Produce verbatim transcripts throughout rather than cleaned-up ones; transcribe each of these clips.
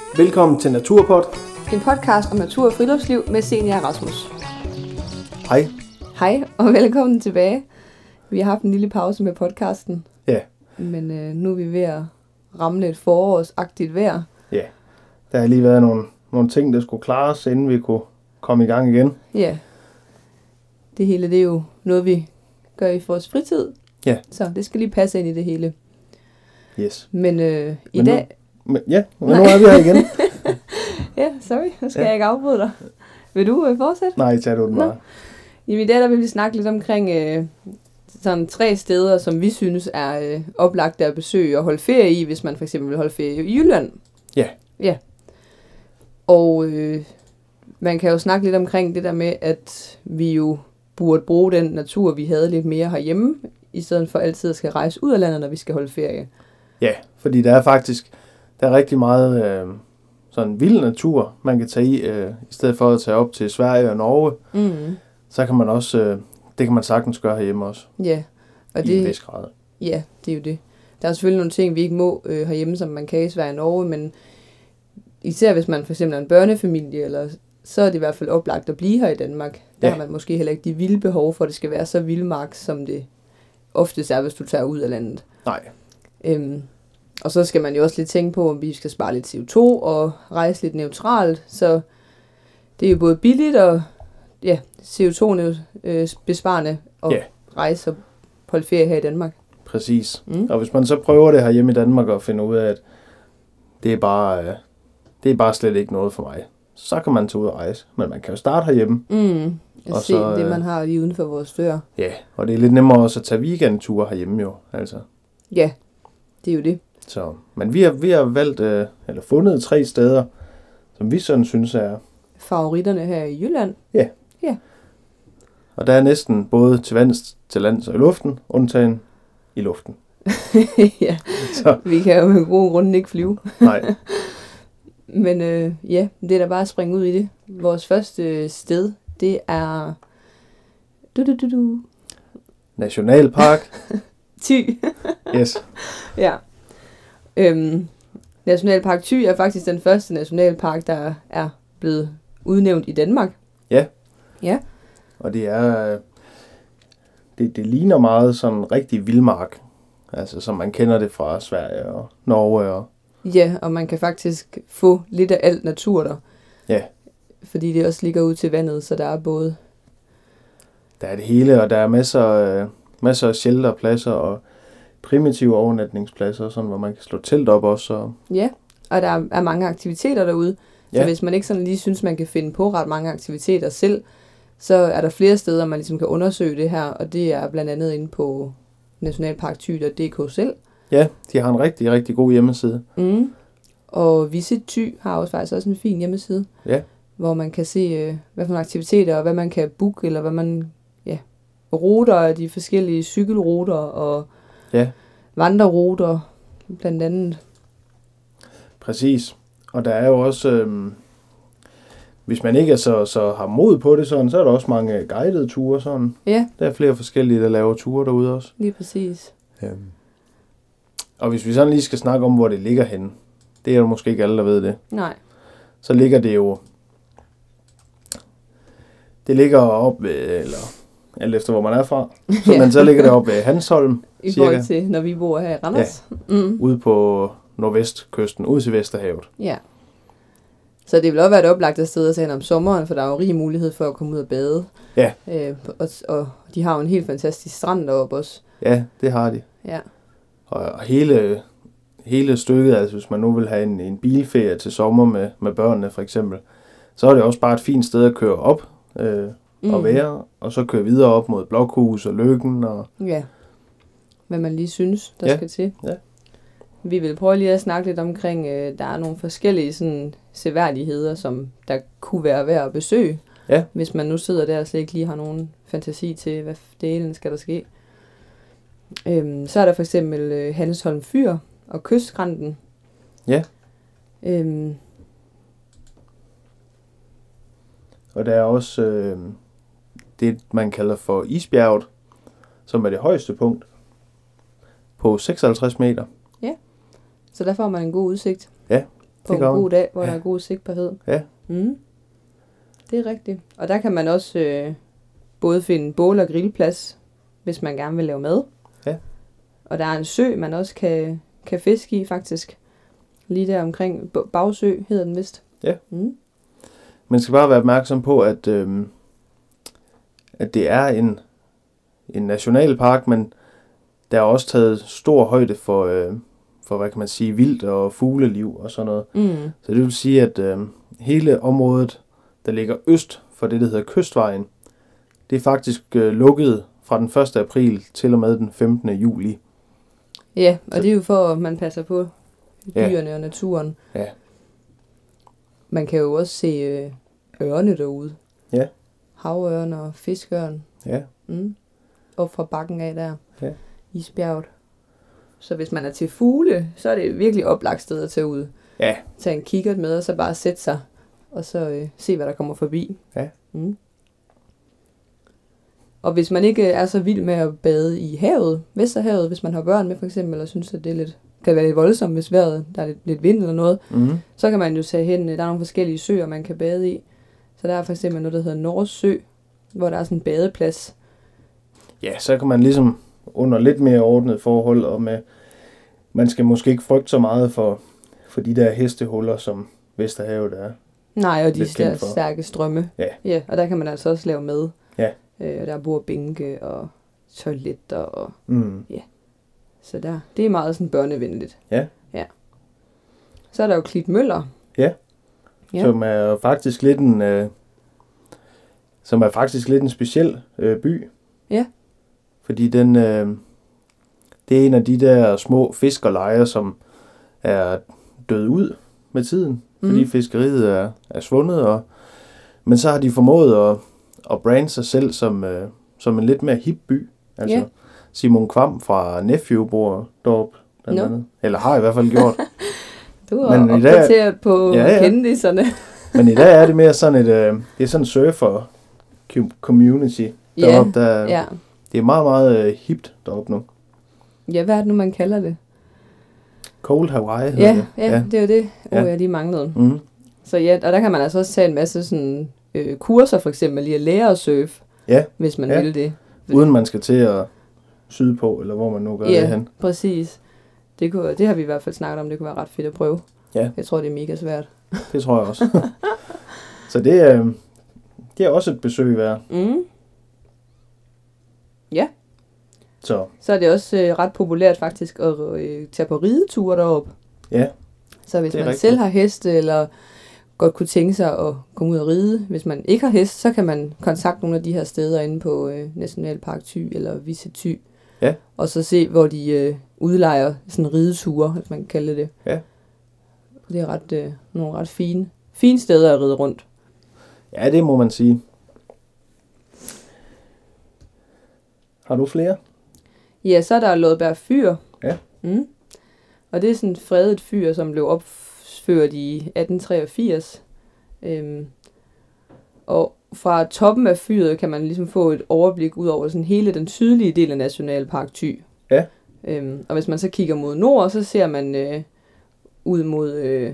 Velkommen til Naturpod. En podcast om natur og friluftsliv med Senior og Rasmus. Hej. Hej og velkommen tilbage. Vi har haft en lille pause med podcasten. Ja. Men øh, nu er vi ved at ramme et forårsagtigt vejr. Ja. Der har lige været nogle, nogle ting, der skulle klares, inden vi kunne komme i gang igen. Ja. Det hele det er jo noget, vi gør i vores fritid. Ja. Så det skal lige passe ind i det hele. Yes. Men øh, i men dag... Nu, men, ja, men nu er vi her igen. ja, sorry. Nu skal ja. jeg ikke afbryde dig. Vil du øh, fortsætte? Nej, tag du den bare. Jamen i dag der vil vi snakke lidt omkring øh, sådan tre steder, som vi synes er øh, oplagte at besøge og holde ferie i, hvis man for eksempel vil holde ferie i Jylland. Ja. Ja. Og øh, man kan jo snakke lidt omkring det der med, at vi jo burde bruge den natur, vi havde lidt mere herhjemme, i stedet for altid at skal rejse ud af landet, når vi skal holde ferie. Ja, fordi der er faktisk der er rigtig meget øh, sådan vild natur, man kan tage i, øh, i stedet for at tage op til Sverige og Norge. Mm. Så kan man også, øh, det kan man sagtens gøre herhjemme også. Ja. Og I det, en vis grad. Ja, det er jo det. Der er selvfølgelig nogle ting, vi ikke må øh, herhjemme, som man kan i Sverige og Norge, men især hvis man for eksempel er en børnefamilie, eller, så er det i hvert fald oplagt at blive her i Danmark. Der ja. har man måske heller ikke de vilde behov for, at det skal være så vildmark, som det oftest er, hvis du tager ud af landet. Nej. Øhm, og så skal man jo også lidt tænke på, om vi skal spare lidt C O to og rejse lidt neutralt, så det er jo både billigt og ja, C O to-besparende at ja. rejse og holde ferie her i Danmark. Præcis. Mm. Og hvis man så prøver det her hjemme i Danmark og finder ud af, at det er bare, øh, det er bare slet ikke noget for mig, så kan man tage ud og rejse. Men man kan jo starte herhjemme. Mm. Og, og se så, det, man øh, har lige uden for vores dør. Ja, og det er lidt nemmere også at tage weekendture herhjemme jo. Altså. Ja, det er jo det. Så, men vi har, vi har valgt, øh, eller fundet tre steder, som vi sådan synes er... favoritterne her i Jylland. Ja. Ja. Og der er næsten både til vands, til lands og i luften, undtagen i luften. ja, så. Vi kan jo med gode grunde ikke flyve. Nej. Men øh, ja, det er da bare at springe ud i det. Vores første sted, det er... Du, du, du, du. Nationalpark. Thy. Yes. Ja. Øhm, Nationalpark Thy er faktisk den første nationalpark, der er blevet udnævnt i Danmark. Ja. Ja. Og det er... Det, det ligner meget sådan rigtig vildmark. Altså som man kender det fra Sverige og Norge og... Ja, og man kan faktisk få lidt af alt natur der. Ja. Fordi det også ligger ud til vandet, så der er både... Der er det hele, og der er masser, øh, masser af shelterpladser og primitive overnatningspladser, sådan, hvor man kan slå telt op også. Og... Ja, og der er, er mange aktiviteter derude. Så ja. Hvis man ikke sådan lige synes, man kan finde på ret mange aktiviteter selv, så er der flere steder, man ligesom kan undersøge det her, og det er blandt andet inde på nationalparkthy punktum d k selv. Ja, de har en rigtig, rigtig god hjemmeside. Mm. Og Visit Thy har også faktisk også en fin hjemmeside, ja. hvor man kan se, øh, hvad for nogle aktiviteter, og hvad man kan booke, eller hvad man, ja, ruter af de forskellige cykelruter, og ja. vandreruter, blandt andet. Præcis. Og der er jo også, øh, hvis man ikke er så, så har mod på det sådan, så er der også mange guidede ture sådan. Ja. Der er flere forskellige, der laver ture derude også. Lige præcis. Ja. Og hvis vi sådan lige skal snakke om, hvor det ligger henne, det er jo måske ikke alle, der ved det. Nej. Så ligger det jo, det ligger op ved, eller alt efter hvor man er fra, så, ja. Men så ligger det op ved Hanstholm. I cirka. Forhold til, når vi bor her i Randers. Ja, mm. ude på nordvestkysten, ud til Vesterhavet. Ja. Så det vil også være et oplagt sted at tage om sommeren, for der er jo rig mulighed for at komme ud og bade. Ja. Øh, og, og de har jo en helt fantastisk strand deroppe også. Ja, det har de. Ja. Og, og hele, hele stykket, altså hvis man nu vil have en, en bilferie til sommer med, med børnene for eksempel, så er det også bare et fint sted at køre op øh, mm. og være, og så køre videre op mod Blokhus og Løkken. Og... Ja, hvad man lige synes, der ja. skal til. Ja. Vi vil prøve lige at snakke lidt omkring, øh, der er nogle forskellige sådan, seværdigheder, som der kunne være værd at besøge. Ja. Hvis man nu sidder der og slet ikke lige har nogen fantasi til, hvad delen skal der ske. Øhm, så er der for eksempel øh, Hanstholm Fyr og Kystskrænten. Ja. Øhm. Og der er også øh, det, man kalder for Isbjerget, som er det højeste punkt på seksoghalvtreds meter. Ja, så der får man en god udsigt. Ja, på en god dag, hvor ja. der er god sigtbarhed. Ja. Mm. Det er rigtigt. Og der kan man også øh, både finde bål- og grillplads, hvis man gerne vil lave mad. Ja. Og der er en sø, man også kan, kan fiske i, faktisk. Lige der omkring Bagsø hedder den vist. Ja. Mm. Man skal bare være opmærksom på, at, øh, at det er en, en nationalpark, men der er også taget stor højde for, øh, for hvad kan man sige, vildt og fugleliv og sådan noget. Mm. Så det vil sige, at øh, hele området, der ligger øst for det, der hedder Kystvejen, det er faktisk øh, lukket fra den første april til og med den femtende juli. Ja, og så det er jo for, at man passer på dyrene ja. og naturen. Ja. Man kan jo også se øh, ørne derude. Ja. Havørn og fiskørn. Ja. Mm. Op fra bakken af der. Ja. Isbjerget. Så hvis man er til fugle, så er det virkelig oplagt sted at tage ud. Ja. Tage en kikkert med, og så bare sætte sig, og så øh, se, hvad der kommer forbi. Ja. Mm. Og hvis man ikke er så vild med at bade i havet, Vesterhavet, hvis man har børn med for eksempel, eller synes, at det er lidt, kan være lidt voldsomt, hvis vejret, der er lidt, lidt vind eller noget, mm-hmm. så kan man jo tage hen, der er nogle forskellige søer, man kan bade i. Så der er for eksempel noget, der hedder Nordsø, hvor der er sådan en badeplads. Ja, så kan man ligesom under lidt mere ordnet forhold, og med, man skal måske ikke frygte så meget for, for de der hestehuller, som Vesterhavet er. Nej, og de der stærke strømme. Ja. Ja. Og der kan man altså også lave mad. Ja. Øh, der bor bænke og toiletter og mm. ja. Så der, det er meget sådan børnevenligt. Ja. Ja. Så er der jo Klitmøller. Ja. Ja. Som er faktisk lidt en, øh, som er faktisk lidt en speciel øh, by. Ja. Fordi den, øh, det er en af de der små fiskerlejer, som er død ud med tiden, fordi mm. fiskeriet er, er svundet. Og, men så har de formået at, at brande sig selv som, øh, som en lidt mere hip by. Altså yeah. Simon Kvam fra Nephew bor deroppe, no. eller har i hvert fald gjort. Du er men opdateret på ja, ja. kendiserne. Men i dag er det mere sådan et, øh, det er sådan en surfer community deroppe, yeah. der ja. Det er meget, meget øh, hipt deroppe nu. Ja, hvad er det nu, man kalder det? Cold Hawaii ja, det. Ja, ja, det er jo det, ja. Oh, jeg lige manglede. Mm. Så ja, og der kan man altså også tage en masse sådan, øh, kurser, for eksempel lige at lære at surfe, ja. hvis man ja. vil det. Uden man skal til at syde på, eller hvor man nu gør ja, det hen. Ja, præcis. Det, kunne, det har vi i hvert fald snakket om, det kunne være ret fedt at prøve. Ja. Jeg tror, det er mega svært. Det tror jeg også. Så det er, det er også et besøg værd. Mm. Ja. Så. Så er det også øh, ret populært faktisk at øh, tage på rideture deroppe. Ja. Så hvis man rigtigt. selv har heste, eller godt kunne tænke sig at komme ud og ride, hvis man ikke har hest, så kan man kontakte nogle af de her steder inde på øh, Nationalpark Thy eller Visit Thy. Ja. Og så se, hvor de øh, udlejer sådan rideture, hvis man kan kalde det. Ja. Det er ret, øh, nogle ret fine, fine steder at ride rundt. Ja, det må man sige. Har du flere? Ja, så er der Lodberg Fyr. Ja. Mm. Og det er sådan et fredet fyr, som blev opført i atten treogfirs. Øhm, og fra toppen af fyret kan man ligesom få et overblik ud over sådan hele den sydlige del af Nationalpark Thy. Ja. Øhm, og hvis man så kigger mod nord, så ser man øh, ud mod øh,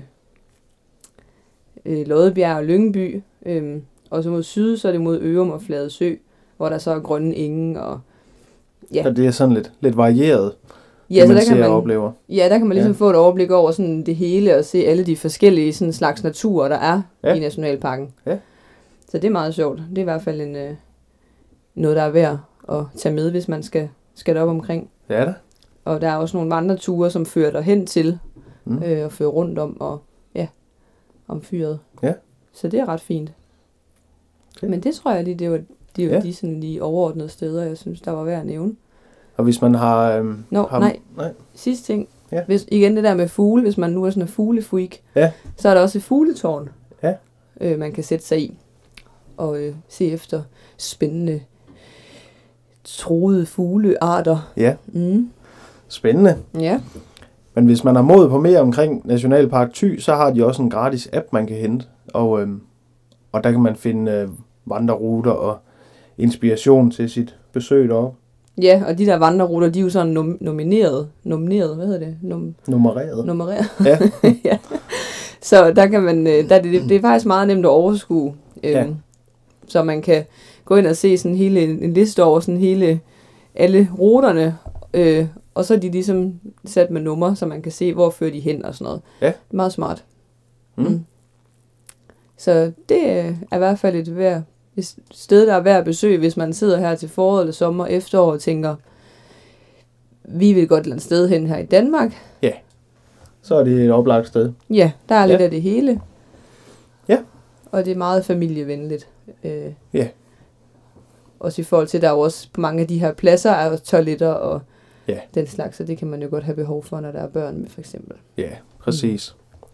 øh, Loddebjerg og Lyngby. Øhm, og så mod syd, så er det mod Ørum og Fladesø, hvor der så er grønne enge og ja. Så det er sådan lidt, lidt varieret, ja, det så man der ser kan man, og oplever. Ja, der kan man ligesom ja. få et overblik over sådan det hele og se alle de forskellige sådan slags naturer, der er ja. i Nationalparken. Ja. Så det er meget sjovt. Det er i hvert fald en, øh, noget, der er værd at tage med, hvis man skal, skal derop omkring. Ja da. Og der er også nogle vandreture, som fører dig hen til mm. øh, og fører rundt om og ja, om fyret. Ja. Så det er ret fint. Okay. Men det tror jeg lige, det var det er jo ja. de sådan lige overordnede steder, jeg synes, der var værd at nævne. Og hvis man har... Øhm, Nå, har, nej. nej. Sidste ting. Ja. Hvis, igen det der med fugle, hvis man nu er sådan en fuglefreak, ja. så er der også et fugletårn, ja. øh, man kan sætte sig i og øh, se efter spændende, troede fuglearter. Ja. Mm. Spændende. Ja. Men hvis man har mod på mere omkring Nationalpark Thy, så har de også en gratis app, man kan hente. Og, øhm, og der kan man finde øh, vandreruter og inspiration til sit besøg deroppe. Ja, og de der vandreruter, de er jo sådan nom- nomineret. Nomineret, hvad hedder det? Num- Nummereret. Nummereret. Ja. ja. Så der kan man, der er det, det er faktisk meget nemt at overskue. Øhm, Ja. Så man kan gå ind og se sådan hele, en liste over sådan hele, alle ruterne, øh, og så er de ligesom sat med numre, så man kan se, hvor fører de hen og sådan noget. Ja. Det er meget smart. Mm. Mm. Så det er i hvert fald et, værd, et sted, der er værd at besøge, hvis man sidder her til foråret eller sommer, efterår og tænker, vi vil godt et eller andet sted hen her i Danmark. Så er det et oplagt sted. Ja, der er Ja. lidt af det hele. Ja. Og det er meget familievenligt. Øh, Ja. Også i forhold til, der er jo også på mange af de her pladser, er jo toiletter og Ja. den slags, så det kan man jo godt have behov for, når der er børn med, for eksempel. Ja, præcis.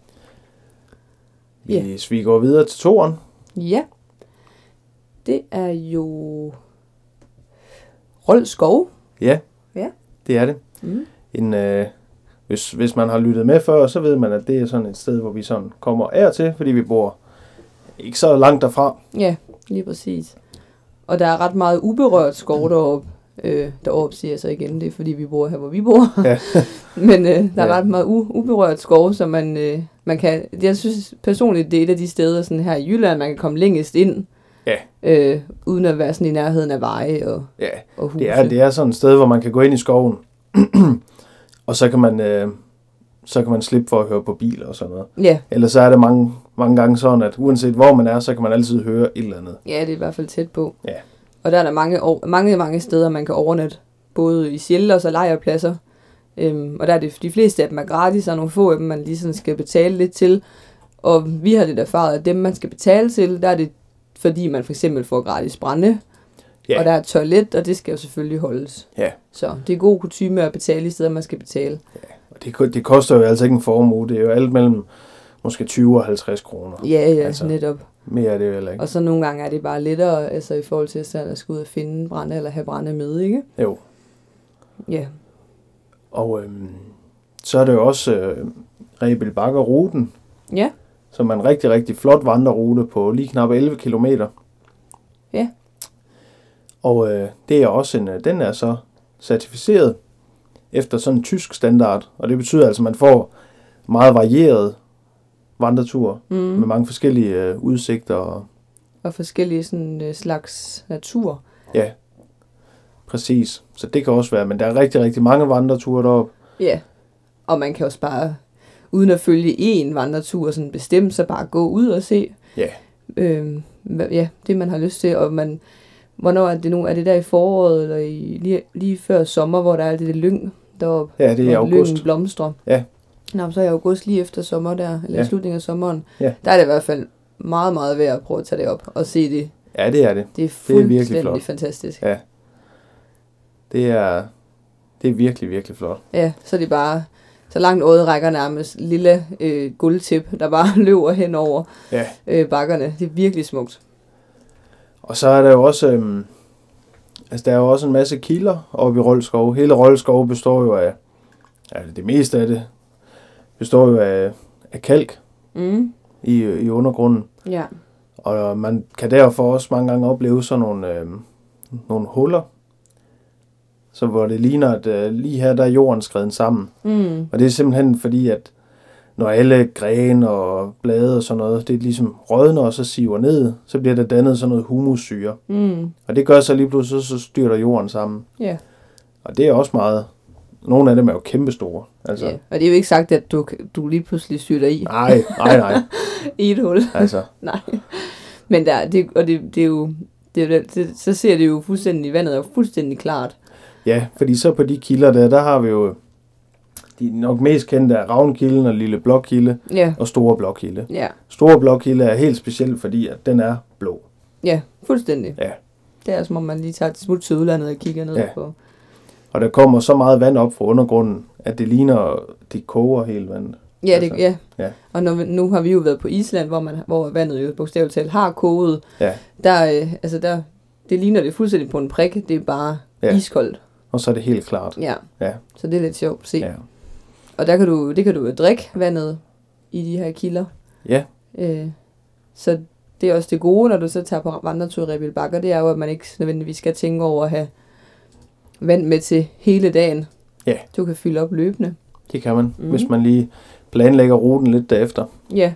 Ja. Hvis vi går videre til toren. Ja, det er jo Rold Skov. Ja, Ja. det er det. Mm. En, øh, hvis, hvis man har lyttet med før, så ved man, at det er sådan et sted, hvor vi sådan kommer af og til, fordi vi bor ikke så langt derfra. Ja, lige præcis. Og der er ret meget uberørt skov deroppe. Øh, deroppe siger jeg så igen, det er fordi vi bor her, hvor vi bor. Ja. Men øh, der er Ja. ret meget u- uberørt skov, så man, øh, man kan... Jeg synes personligt, det er et af de steder sådan her i Jylland, man kan komme længest ind. Ja. Øh, uden at være sådan i nærheden af veje og, Ja, og huse. det er, det er sådan et sted, hvor man kan gå ind i skoven, og så kan man, øh, så kan man slippe for at høre på biler og sådan noget. Ja, Ellers så er det mange, mange gange sådan, at uanset hvor man er, så kan man altid høre et eller andet. ja, det er i hvert fald tæt på. Ja. Og der er der mange, over- mange, mange steder, man kan overnatte. Både i shelters og lejrpladser. Øhm, og der er det, de fleste af dem er gratis, og nogle få af dem, man lige sådan skal betale lidt til. Og vi har lidt erfaret, at dem, man skal betale til, der er det, fordi man for eksempel får gratis brænde. Ja. Og der er et toilet, og det skal jo selvfølgelig holdes. Ja. Så det er god kutyme at betale i stedet, man skal betale. Og det, det koster jo altså ikke en formue. Det er jo alt mellem måske tyve og halvtreds kroner. Ja, ja, Altså. altså. netop. Mere er det jo heller ikke. Og så nogle gange er det bare lettere, altså i forhold til at at skulle ud og finde brænde, eller have brænde med, ikke? Jo. Ja. Og øhm, så er det jo også øh, Rebild Bakker-ruten, Ja. som er en rigtig, rigtig flot vandrerute på lige knap elleve kilometer. Ja. Og øh, det er også en, øh, den er så certificeret efter sådan en tysk standard, og det betyder altså, at man får meget varieret vandretur Mm. med mange forskellige øh, udsigter. Og, Og forskellige sådan, øh, slags natur. ja, præcis. Så det kan også være, men der er rigtig, rigtig mange vandreture deroppe. Ja. Og man kan også bare, uden at følge en vandretur sådan bestemt, så bare gå ud og se. Ja. Øhm, hvad- ja, det man har lyst til. Og man, hvornår er det nu? Er det der i foråret, eller i, lige, lige før sommer, hvor der er det, det lyng deroppe? Ja, det er i hvor august. lyngen blomstrer. Ja. Nå, så er i august lige efter sommer der, eller Ja. i slutningen af sommeren. Ja. Der er det i hvert fald meget, meget værd at prøve at tage det op og se det. Ja, det er det. Det er Det er virkelig fuldstændig flot. fantastisk. Ja. Det er, det er virkelig, virkelig flot. Ja, så er det bare, så langt øjet rækker nærmest lille øh, guldtip, der bare løber hen over Ja. øh, bakkerne. Det er virkelig smukt. Og så er der jo også, øhm, altså der er jo også en masse kilder oppe i Rold Skov. Hele Rold Skov består jo af, ja, det meste af det består jo af, af kalk Mm. i, i undergrunden. Ja. Og man kan derfor også mange gange opleve sådan nogle, øhm, nogle huller, så hvor det ligner, at øh, lige her der er jorden skredet sammen. Mm. Og det er simpelthen fordi, at når alle grene og blade og sådan noget, det er ligesom rådner og så siver ned, så bliver der dannet sådan noget humussyre. Mm. Og det gør så lige pludselig, så styrter jorden sammen. Ja. Og det er også meget... Nogle af dem er jo kæmpestore. Altså, Ja. Og det er jo ikke sagt, at du, du lige pludselig sytter i, nej, nej, nej. i et hul. Altså, Nej. Men der, det, og det, det er jo, det, er jo- det, så ser det jo fuldstændig, vandet er jo fuldstændig klart. ja, fordi så på de kilder der, der har vi jo... De nok mest kendte er Ravnkilden og Lille Blokkilde Ja. og Store Blokkilde. Ja. Store Blokkilde er helt speciel, fordi at den er blå. Ja, fuldstændig. Ja. Det er som om man lige tager et smut til udlandet og kigger ned Ja. på. Og der kommer så meget vand op fra undergrunden, at det ligner, det koger helt vandet. Ja, det, Altså, ja. ja. Og når, vi- nu har vi jo været på Island, hvor, man, hvor vandet jo bogstaveligt talt har koget. Ja. Der, øh, altså der, det ligner det fuldstændig på en prik. Det er bare Ja. ja. iskoldt. Og så er det helt klart. Ja. Ja. Så det er lidt sjovt at se. Ja. Og der kan du, det kan du jo drikke vandet i de her kilder. Ja. Øh, så det er også det gode, når du så tager på vandretur i Rebild Bakker, det er jo, at man ikke nødvendigvis skal tænke over at have vand med til hele dagen. Ja. Du kan fylde op løbende. Det kan man, Mhm. mm. hvis man lige planlægger ruten lidt derefter. Ja,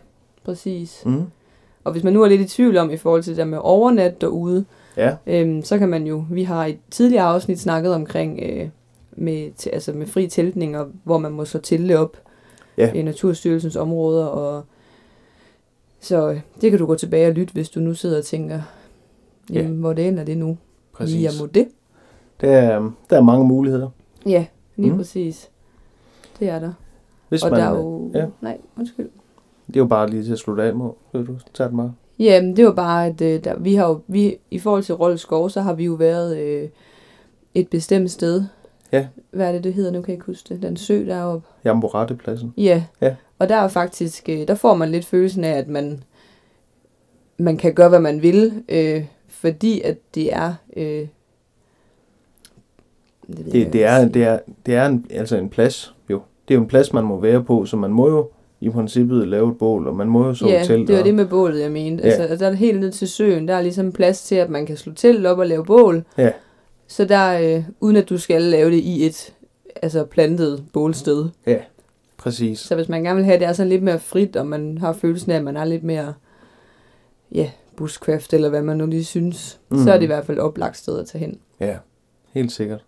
præcis. Mm. Og hvis man nu er lidt i tvivl om i forhold til det der med overnat derude, Ja. øhm, så kan man jo, vi har i et tidligere afsnit snakket omkring øh, med, t- altså med fri teltning, og hvor man må så telte op Ja. i Naturstyrelsens områder, og så øh, det kan du gå tilbage og lytte, hvis du nu sidder og tænker, jamen, Ja. hvor det ender det nu? Præcis. Lige jeg må det. Der er, der er mange muligheder. Ja, lige Mm. mm. præcis. Det er der. Hvis og man, der er jo... ja. Nej, undskyld. Det er jo bare lige til at slutte af med. Vil du tage den bare? Jamen, det var bare, at øh, der, vi har jo, vi, i forhold til Rold Skov, så har vi jo været øh, et bestemt sted. Ja. Hvad er det, det hedder nu, kan jeg ikke huske det? Den sø deroppe. Jamborettepladsen. Ja. Ja. Og der er faktisk, øh, der får man lidt følelsen af, at man, man kan gøre, hvad man vil, øh, fordi at det er... Øh, det, ved jeg Det, ikke, det, hvad er, jeg det er, det er en, altså en plads, jo. Det er jo en plads, man må være på, så man må jo i princippet lave et bål, og man må jo så Ja, telt. det var og, det med bålet, jeg mente. Ja. Altså, der er helt ned til søen, der er ligesom plads til, at man kan slå telt op og lave bål. Ja. Så der, øh, uden at du skal lave det i et altså plantet bålsted. Ja, præcis. Så hvis man gerne vil have, det er sådan lidt mere frit, og man har følelsen af, at man er lidt mere, ja, bushcraft, eller hvad man nu lige synes, mm. så er det i hvert fald et oplagt sted at tage hen. Ja, helt sikkert.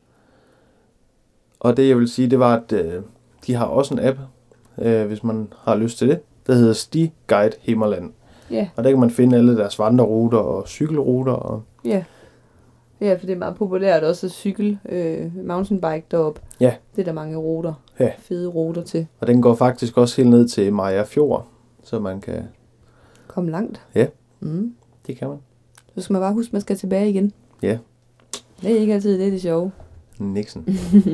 Og det jeg vil sige, det var, at øh, de har også en app, øh, hvis man har lyst til det, der hedder Sti Guide Himmerland. Ja. Og der kan man finde alle deres vandreruter og cykelruter. Og Ja. Ja, for det er meget populært også at cykle øh, mountainbike deroppe. Ja. Det er der mange ruter. Ja. Fede ruter til. Og den går faktisk også helt ned til Maja Fjord, så man kan... Kom langt. Ja. Mm. Det kan man. Så skal man bare huske, at man skal tilbage igen. Ja. Det er ikke altid det, er det sjove. Nixon.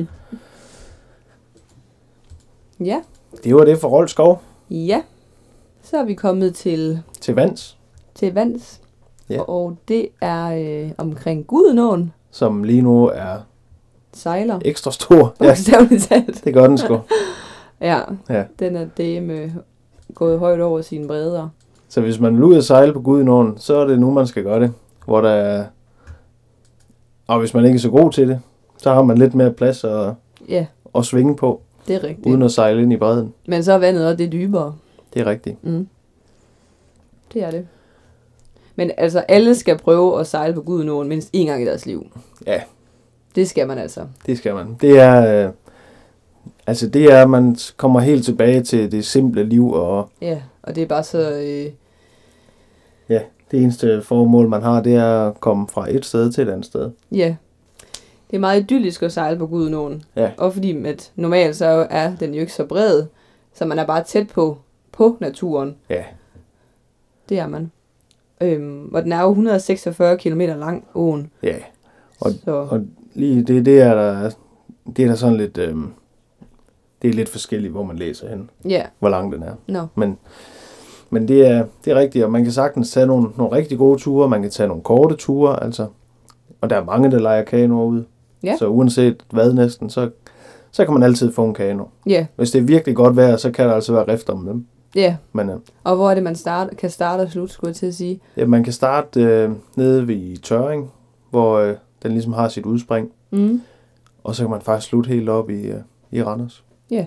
Ja. Det var det for Rold Skov. Ja. Så er vi kommet til, Til vands, til vands. Ja. Og det er øh, omkring Gudenåen. som lige nu er Sejler. ekstra stor. Ja, Bogstaveligt talt. det gør den sgu. Ja. Ja. Den er det med gået højt over sine bredder. Så hvis man vil ud og sejle på Gudenåen, så er det nu, man skal gøre det. Hvor der er... Og hvis man ikke er så god til det, så har man lidt mere plads at, Ja, at svinge på, det er rigtigt. uden at sejle ind i bredden. Men så er vandet også det dybere. Det er rigtigt. Mm. Det er det. Men altså, alle skal prøve at sejle på Gudenåen mindst én gang i deres liv. Ja, Det skal man altså. det skal man. Det er... Øh, altså det er, at man kommer helt tilbage til det simple liv, og Ja, og det er bare så... Øh, ja, det eneste formål, man har, det er at komme fra et sted til et andet sted. ja, det er meget idyllisk at sejle på Gudenåen. Ja. Og fordi at normalt så er den jo ikke så bred, så man er bare tæt på, på naturen. Ja, Det er man. Øhm, og den er jo et hundrede og seksogfyrre kilometer lang, åen. ja. Og, Så, og lige det, det er der, det er der sådan lidt, øh, det er lidt forskelligt, hvor man læser hen, ja, hvor lang den er. no. Men, men det er, det er rigtigt, og man kan sagtens tage nogle, nogle rigtig gode ture, man kan tage nogle korte ture, altså. Og der er mange, der leger kanoer ud. Ja. Så uanset hvad næsten, så, så kan man altid få en kano. Ja, Hvis det er virkelig godt vejr, så kan der altså være rift om dem. ja. Men øh, Og hvor er det, man start, kan starte og slutte, skulle jeg til at sige? ja, man kan starte øh, nede ved Tørring, hvor øh, den ligesom har sit udspring. Mm. Og så kan man faktisk slutte helt op i, øh, i Randers.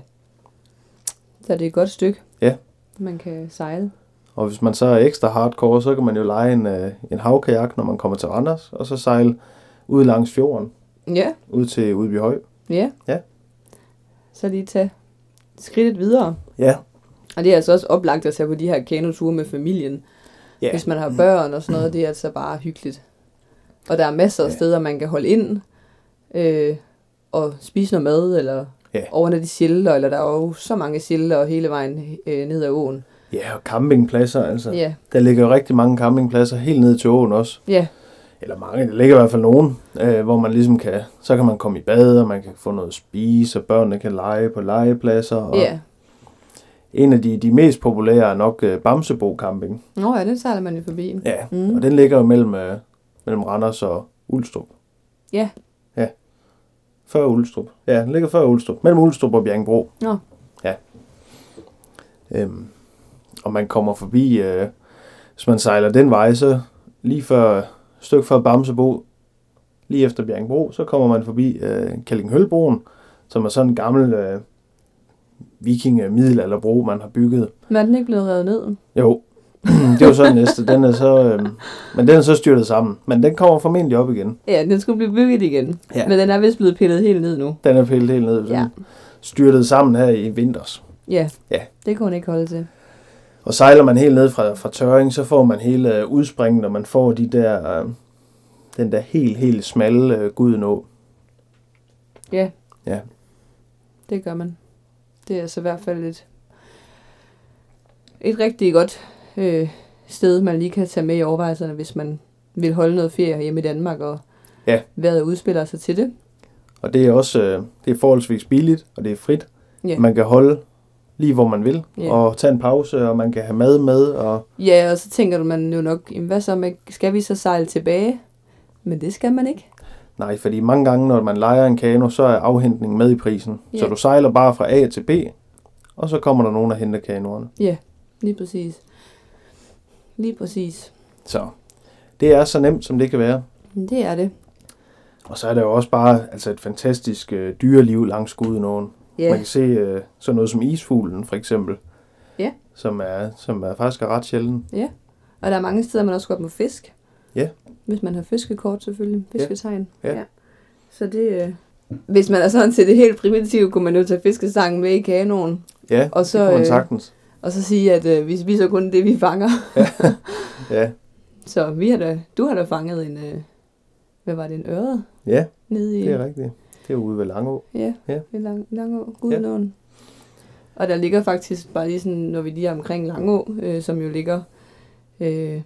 Så det er et godt stykke. Ja. Man kan sejle. Og hvis man så er ekstra hardcore, så kan man jo lege en, øh, en havkajak, når man kommer til Randers, og så sejle ud langs fjorden, Ja, ud til Udbyhøj. ja. Ja. Så lige tage skridtet videre. Ja. Og det er altså også oplagt at tage på de her kanoture med familien. Ja. Hvis man har børn og sådan noget, det er altså bare hyggeligt. Og der er masser af Ja. steder, man kan holde ind øh, og spise noget mad, eller Ja. overne de shelter, eller der er jo så mange shelter hele vejen øh, ned ad åen. Ja, og campingpladser, altså. Ja, Der ligger jo rigtig mange campingpladser helt ned til åen også. ja, Eller mange, der ligger i hvert fald nogen, øh, hvor man ligesom kan, så kan man komme i bad, og man kan få noget at spise, og børnene kan lege på legepladser. Og ja. en af de, de mest populære er nok øh, Bamsebo Camping. Nå ja, den sejler man jo forbi. Ja, Mm. og den ligger jo mellem, øh, mellem Randers og Ulstrup. Ja. Ja. Før Ulstrup. Ja, den ligger før Ulstrup. Mellem Ulstrup og Bjerringbro. Nå. Ja. Øhm, og man kommer forbi, øh, hvis man sejler den vej, så lige før, stykke før Bamsebo, lige efter Bjerringbro, så kommer man forbi øh, Kallinghølbroen, som er sådan en gammel, øh, vikinge middelalderbro, man har bygget. Men er den ikke blevet revet ned? Jo, det var så den næste. Den er så, øh, men den er så styrtet sammen. Men den kommer formentlig op igen. Ja, den skulle blive bygget igen. Ja. Men den er vist blevet pillet helt ned nu. Den er pillet helt ned. Den Ja. styrtet sammen her i vinters. Ja, Ja. det kunne hun ikke holde til. Og sejler man helt ned fra, fra tørring, så får man hele øh, udspringet, og man får de der, øh, den der helt, helt smalle øh, Gudenå. Ja. Ja. Det gør man. Det er altså i hvert fald et, et rigtig godt øh, sted, man lige kan tage med i overvejelserne, hvis man vil holde noget ferie hjemme i Danmark, og Ja. vejret udspiller sig til det. Og det er også øh, det er forholdsvis billigt, og det er frit. Ja. Man kan holde lige hvor man vil, Ja. og tage en pause, og man kan have mad med. Og Ja, og så tænker du man jo nok, jamen, hvad så med, skal vi så sejle tilbage? Men det skal man ikke. nej, fordi mange gange, når man lejer en kano, så er afhentningen med i prisen. Ja. Så du sejler bare fra A til B, og så kommer der nogen og henter kanoerne. Ja, lige præcis. Lige præcis. Så det er så nemt, som det kan være. Det er det. Og så er der jo også bare altså et fantastisk øh, dyreliv langs Gudenåen. Ja. Man kan se øh, sådan noget som isfuglen, for eksempel. Ja. Som er, som er faktisk er ret sjælden. Ja, og der er mange steder, man også går med fisk. Ja. Hvis man har fiskekort selvfølgelig, fisketegn. Ja. Ja. Så det, øh, hvis man er sådan til det helt primitive, kunne man jo tage fiskestangen med i kanoen. Ja, Og så, det kunne man øh, sagtens. Og så sige, at øh, vi spiser kun det, vi fanger. Ja, Så vi har da, du har da fanget en, øh, hvad var det, en øre? ja, Nede i, det er rigtigt. Det er ude ved Langå. Ja, Ja. ved Lang, Langå, Gudenåen. Ja. Og der ligger faktisk bare lige sådan, når vi lige er omkring Langå, øh, som jo ligger, øh,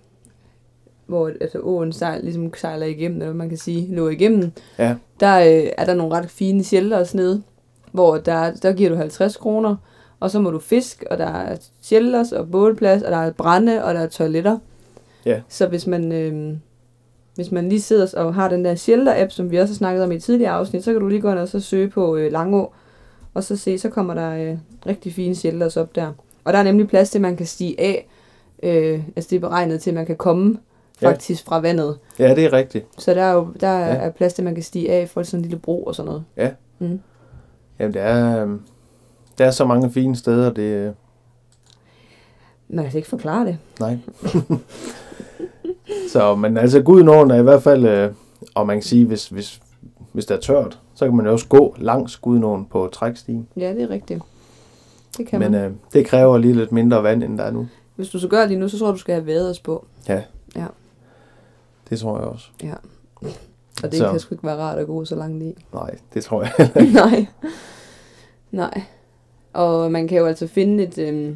hvor altså, åen sejl, ligesom sejler igennem, eller hvad man kan sige, lå igennem. Ja. Der øh, er der nogle ret fine shelters nede, hvor der, der giver du halvtreds kroner, og så må du fisk, og der er shelters og bålplads, og der er brænde, og der er toiletter. Ja. Så hvis man, øh, hvis man lige sidder og har den der shelter-app, som vi også har snakket om i et tidligere afsnit, så kan du lige gå ind og så søge på øh, Langå, og så se, så kommer der øh, rigtig fine shelters op der. Og der er nemlig plads til, at man kan stige af. Øh, altså det er beregnet til, at man kan komme faktisk ja. fra vandet. Ja, det er rigtigt. Så der er jo der Ja. er plads til, at man kan stige af for sådan en lille bro og sådan noget. Ja. Mm. Jamen, der er, øh, der er så mange fine steder, det øh, Man kan ikke forklare det. nej. Så, men altså, Gudenåen er i hvert fald, øh, og man kan sige, hvis, hvis, hvis det er tørt, så kan man jo også gå langs Gudenåen på trækstien. Ja, det er rigtigt. Det kan Men man. øh, det kræver lige lidt mindre vand, end der er nu. Hvis du så gør det nu, så tror jeg, du skal have væders på. Ja. Ja. Det tror jeg også. Ja. Og det Så. kan sgu ikke være rart at gå så langt i. Nej, det tror jeg heller ikke. Nej. Nej. Og man kan jo altså finde et øhm,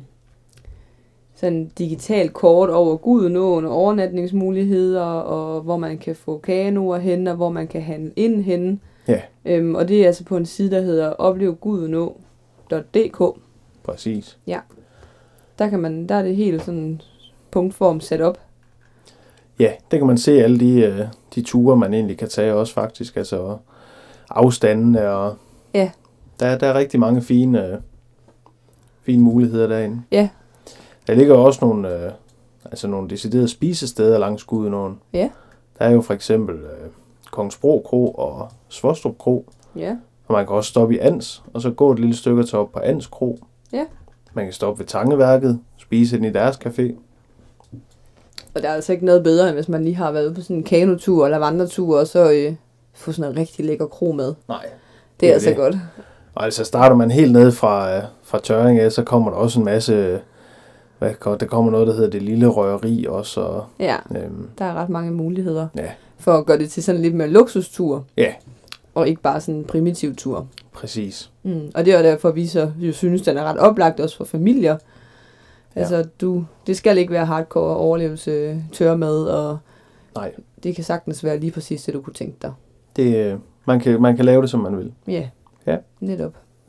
sådan digitalt kort over Gudenåen og overnatningsmuligheder, og hvor man kan få kanoer hen, og hvor man kan handle ind hen. Ja. Øhm, og det er altså på en side, der hedder oplev gudenå punktum d k. Præcis. Der, kan man, der er det helt sådan punktform sat op. Ja, der kan man se alle de, øh, de ture, man egentlig kan tage også faktisk. Altså afstandene og... Ja. Der, der er rigtig mange fine, øh, fine muligheder derinde. Ja. Der ligger også nogle, øh, altså nogle deciderede spisesteder langs Gudenåen. Ja. Der er jo for eksempel øh, Kongsbro Kro og Svostrup Kro. Ja. Og man kan også stoppe i Ans, og så gå et lille stykke til op på Ans Kro. Ja. Man kan stoppe ved Tangeværket, spise ind i deres café. Og der er altså ikke noget bedre, end hvis man lige har været på sådan en kanotur eller vandretur, og så øh, få sådan en rigtig lækker kro med. Nej. Det er, Det er altså det. godt. Og altså starter man helt ned fra, øh, fra Tørring af, så kommer der også en masse... Hvad, der kommer noget, der hedder Det Lille Røgeri også. Og, Ja, øhm, der er ret mange muligheder ja, for at gøre det til sådan lidt mere luksustur, ja, og ikke bare sådan en primitiv tur. præcis. Mm. Og det er derfor, vi så jo synes, den er ret oplagt også for familier. Ja. Altså, du, det skal ikke være hardcore overlevelse, tørmad, og Nej, det kan sagtens være lige præcis det, du kunne tænke dig. det, øh, man, kan, man kan lave det, som man vil. Ja, Ja. netop.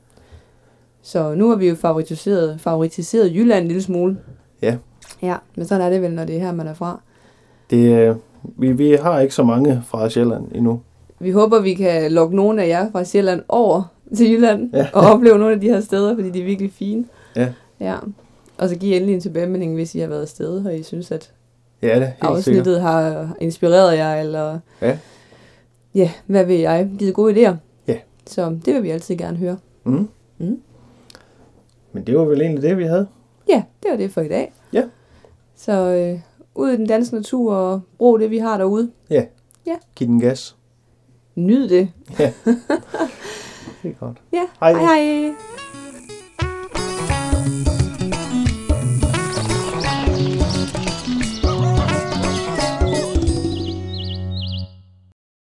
Så nu har vi jo favoritiseret, favoritiseret Jylland en lille smule. Ja. Ja, men sådan er det vel, når det er her, man er fra. Det, øh, vi, vi har ikke så mange fra Sjælland endnu. Vi håber, vi kan lokke nogle af jer fra Sjælland over til Jylland, Ja. og opleve nogle af de her steder, fordi de er virkelig fine. Ja. Ja. Og så giv endelig en tilbagemelding, hvis I har været afsted, og I synes, at Ja, det er helt afsnittet sikkert. har inspireret jer, eller Ja. ja, hvad ved jeg, givet gode idéer. Ja. Så det vil vi altid gerne høre. Mm. Mm. Men det var vel egentlig det, vi havde. Ja, det var det for i dag. Ja. Så øh, ud i den danske natur og brug det, vi har derude. Ja. Ja. Giv den gas. Nyd det. Ja. Det er godt. Ja, Hej. hej hej.